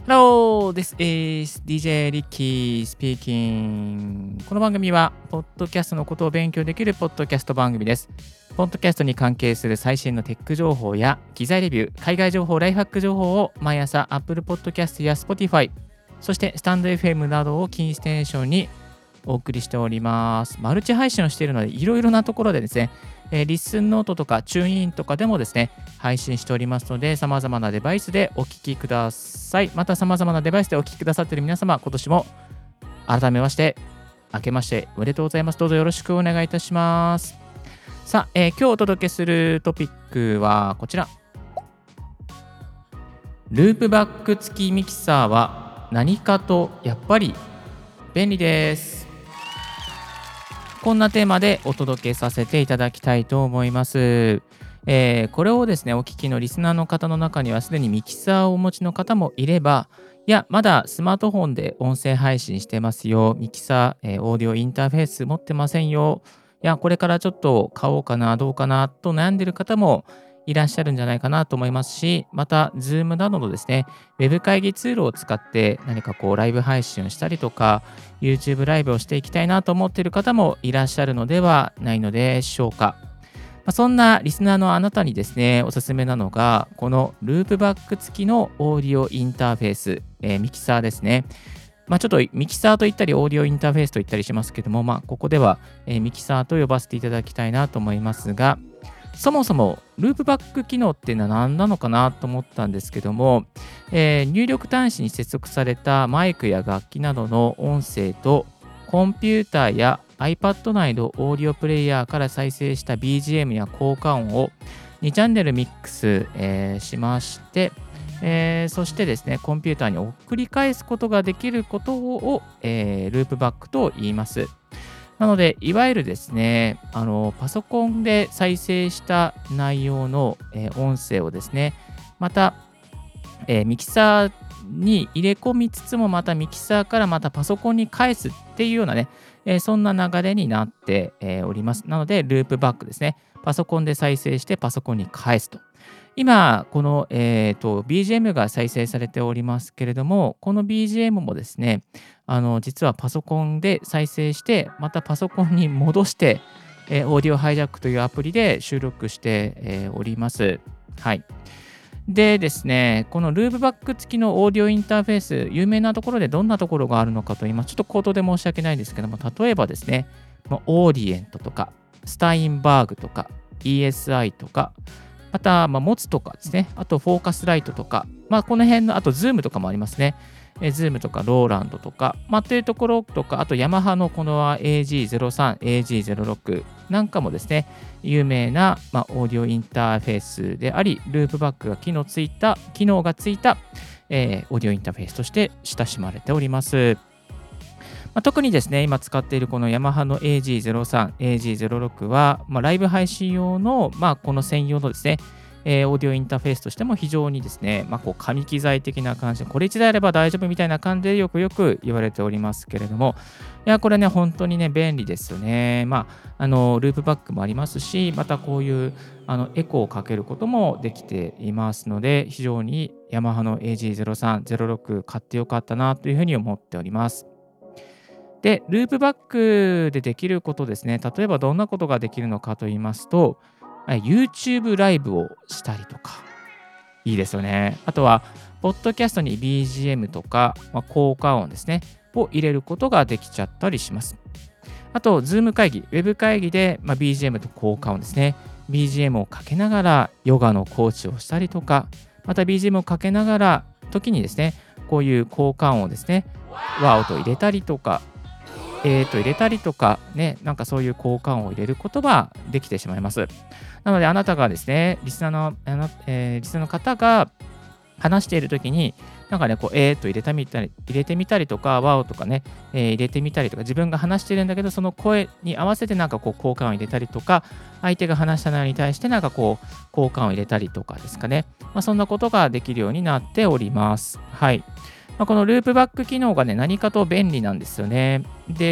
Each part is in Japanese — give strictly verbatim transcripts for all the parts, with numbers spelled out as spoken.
Hello, this is ディージェー リッキー speaking. この番組は、ポッドキャストのことを勉強できるポッドキャスト番組です。ポッドキャストに関係する最新のテック情報や、機材レビュー、海外情報、ライフハック情報を毎朝 Apple Podcast や Spotify、そしてスタンド エフエム などをキーステーションにお送りしております。マルチ配信をしているので、いろいろなところでですね、えー、リッスンノートとかチューンインとかでもですね、配信しておりますので、様々なデバイスでお聞きください。また様々なデバイスでお聞きくださっている皆様、今年も改めまして、明けましておめでとうございます。どうぞよろしくお願いいたします。さあ、えー、今日お届けするトピックはこちら。ループバック付きミキサーは何かとやっぱり便利です。こんなテーマでお届けさせていただきたいと思います。えー、これをですね、お聞きのリスナーの方の中にはすでにミキサーをお持ちの方もいれば、いや、まだスマートフォンで音声配信してますよ。ミキサー、えーオーディオインターフェース持ってませんよ。いや、これからちょっと買おうかな、どうかなと悩んでいる方もいらっしゃるんじゃないかなと思いますし、また、Zoom などのですね、ウェブ会議ツールを使って何かこうライブ配信をしたりとか、YouTube ライブをしていきたいなと思っている方もいらっしゃるのではないのでしょうか。まあそんなリスナーのあなたにですね、おすすめなのが、このループバック付きのオーディオインターフェース、えーミキサーですね。まあ、ちょっとミキサーと言ったり、オーディオインターフェースと言ったりしますけども、まあ、ここでは、えーミキサーと呼ばせていただきたいなと思いますが、そもそもループバック機能っていうのは何なのかなと思ったんですけども、えー入力端子に接続されたマイクや楽器などの音声と、コンピューターや iPad 内のオーディオプレイヤーから再生した ビージーエム や効果音をにチャンネルミックス、えーしまして、えーそしてですね、コンピューターに送り返すことができることを、えーループバックと言います。なので、いわゆるですね、あのパソコンで再生した内容の、えー音声をですね、また、えーミキサーに入れ込みつつも、またミキサーからまたパソコンに返すっていうようなね、えーそんな流れになって、えーおります。なので、ループバックですね。パソコンで再生してパソコンに返すと。今、この、えーと ビージーエム が再生されておりますけれども、この ビージーエム もですね、あの実はパソコンで再生して、またパソコンに戻して、えーオーディオハイジャックというアプリで収録して、えーおります。はい。でですね、このループバック付きのオーディオインターフェース、有名なところでどんなところがあるのかと言います。ちょっと口頭で申し訳ないですけども、例えばですね、まあオーディエントとか、スタインバーグとか、イーエスアイ とか、また、まあ、モツとかですね、あとフォーカスライトとか、まあ、この辺の、あとズームとかもありますね。えー、Zoom とかローランドとか、まあ、というところとか、あとヤマハのこの エージーゼロさん、エージーゼロろく なんかもですね、有名な、まあ、オーディオインターフェースであり、ループバックが機能ついた、機能がついた、えーオーディオインターフェースとして親しまれております。まあ、特にですね、今使っているこのヤマハの エージーゼロさん、エージーゼロろく は、まあ、ライブ配信用の、まあ、この専用のですね、えーオーディオインターフェースとしても非常にですね、まあ、こう紙機材的な感じで、これ一台あれば大丈夫みたいな感じでよくよく言われておりますけれども、いや、これね、本当にね、便利ですよね。まあ、あの、ループバックもありますし、またこういうあのエコーをかけることもできていますので、非常にヤマハの エージーゼロさん、ゼロろく 買ってよかったなというふうに思っております。で、ループバックでできることですね。例えばどんなことができるのかと言いますと、はい YouTube ライブをしたりとか、いいですよね。あとは、ポッドキャストに ビージーエム とか、まあ、効果音ですね、を入れることができちゃったりします。あと、Zoom 会議、ウェブ会議で、まあ、ビージーエム と効果音ですね。ビージーエム をかけながらヨガのコーチをしたりとか、また ビージーエム をかけながら、時にですね、こういう効果音をですね、ワーオと入れたりとか、えーと入れたりとか、ね、なんかそういう効果音を入れることができてしまいます。なので、あなたがですね、リスナーの、あのえーリスナーの方が話しているときに、なんかね、こう、えーと入れてみたり、入れてみたりとか、ワオとかね、えー入れてみたりとか、自分が話してるんだけど、その声に合わせてなんかこう、効果音を入れたりとか、相手が話した内容に対してなんかこう、効果音を入れたりとかですかね。まあ、そんなことができるようになっております。はい。まあ、このループバック機能がね、何かと便利なんですよね。で、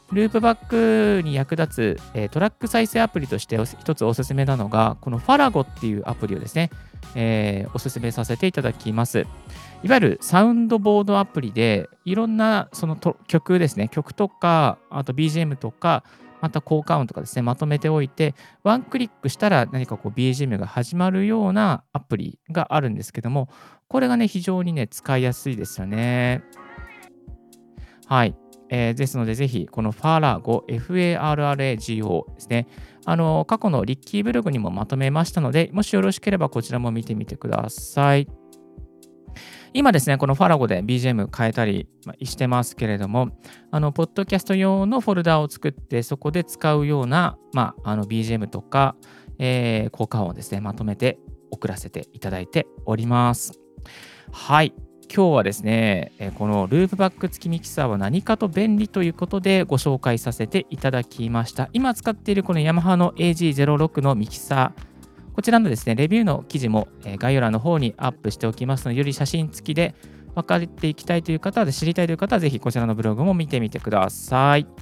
ループバックに役立つ、えー、トラック再生アプリとして一つおすすめなのが、このファラゴっていうアプリをですね、えー、おすすめさせていただきます。いわゆるサウンドボードアプリで、いろんなそのと曲ですね、曲とか、あと ビージーエム とか、また効果音とかですね、まとめておいて、ワンクリックしたら何かこう ビージーエム が始まるようなアプリがあるんですけども、これがね、非常にね、使いやすいですよね。はい。えーですので、ぜひ、このファラゴ、エフエーアールアールエージーオー ですね。あの、過去のリッキーブログにもまとめましたので、もしよろしければこちらも見てみてください。今ですね、このファラゴで ビージーエム 変えたりまあしてますけれども、あの、ポッドキャスト用のフォルダを作って、そこで使うような、まあ、あの ビージーエム とか、えー効果音をですね、まとめて送らせていただいております。はい。今日はですね、えーこのループバック付きミキサーは何かと便利ということでご紹介させていただきました。今使っているこのヤマハの エージーゼロろく のミキサー、こちらのですね、レビューの記事も、えー概要欄の方にアップしておきますので、より写真付きで分かっていきたいという方は、知りたいという方は、ぜひこちらのブログも見てみてください。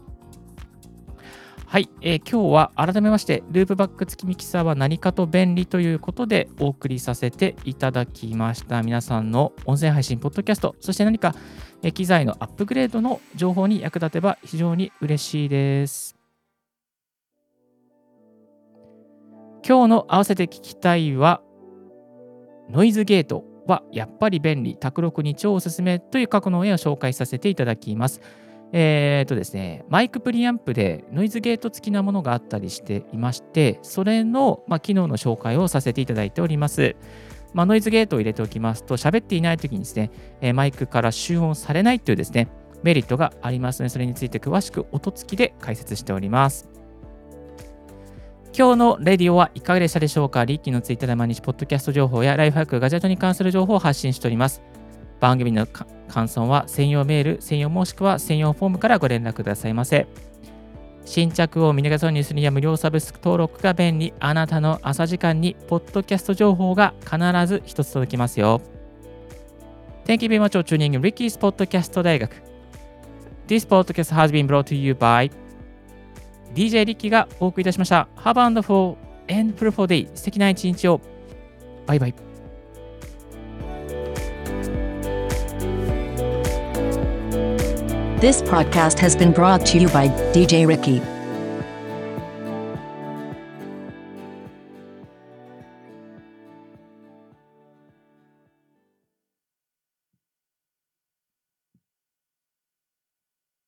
はい、えー今日は改めまして、ループバック付きミキサーは何かと便利ということでお送りさせていただきました。皆さんの音声配信、ポッドキャスト、そして何かえー機材のアップグレードの情報に役立てば非常に嬉しいです。今日の合わせて聞きたいは、ノイズゲートはやっぱり便利、卓録に超おすすめという過去の絵を紹介させていただきます。えーとですね、マイクプリアンプでノイズゲート付きなものがあったりしていまして、それの、まあ、機能の紹介をさせていただいております。まあ、ノイズゲートを入れておきますと、喋っていないときにですね、えーマイクから集音されないというですね、メリットがありますので、それについて詳しく音付きで解説しております。今日のレディオはいかがでしたでしょうか。リッキーのツイッターで毎日ポッドキャスト情報やライフハック、ガジェットに関する情報を発信しております。番組のか感想は専用メール、専用もしくは専用フォームからご連絡くださいませ。新着を見逃さずにするには無料サブスク登録が便利。あなたの朝時間にポッドキャスト情報が必ず一つ届きますよ。Thank you very much for tuning in Ricky's Podcast 大学。This podcast has been brought to you by ディージェー リッキーがお送りいたしました。Have a wonderful and fruitful day。素敵な一日を。バイバイ。 This podcast has been brought to you by ディージェー Ricky.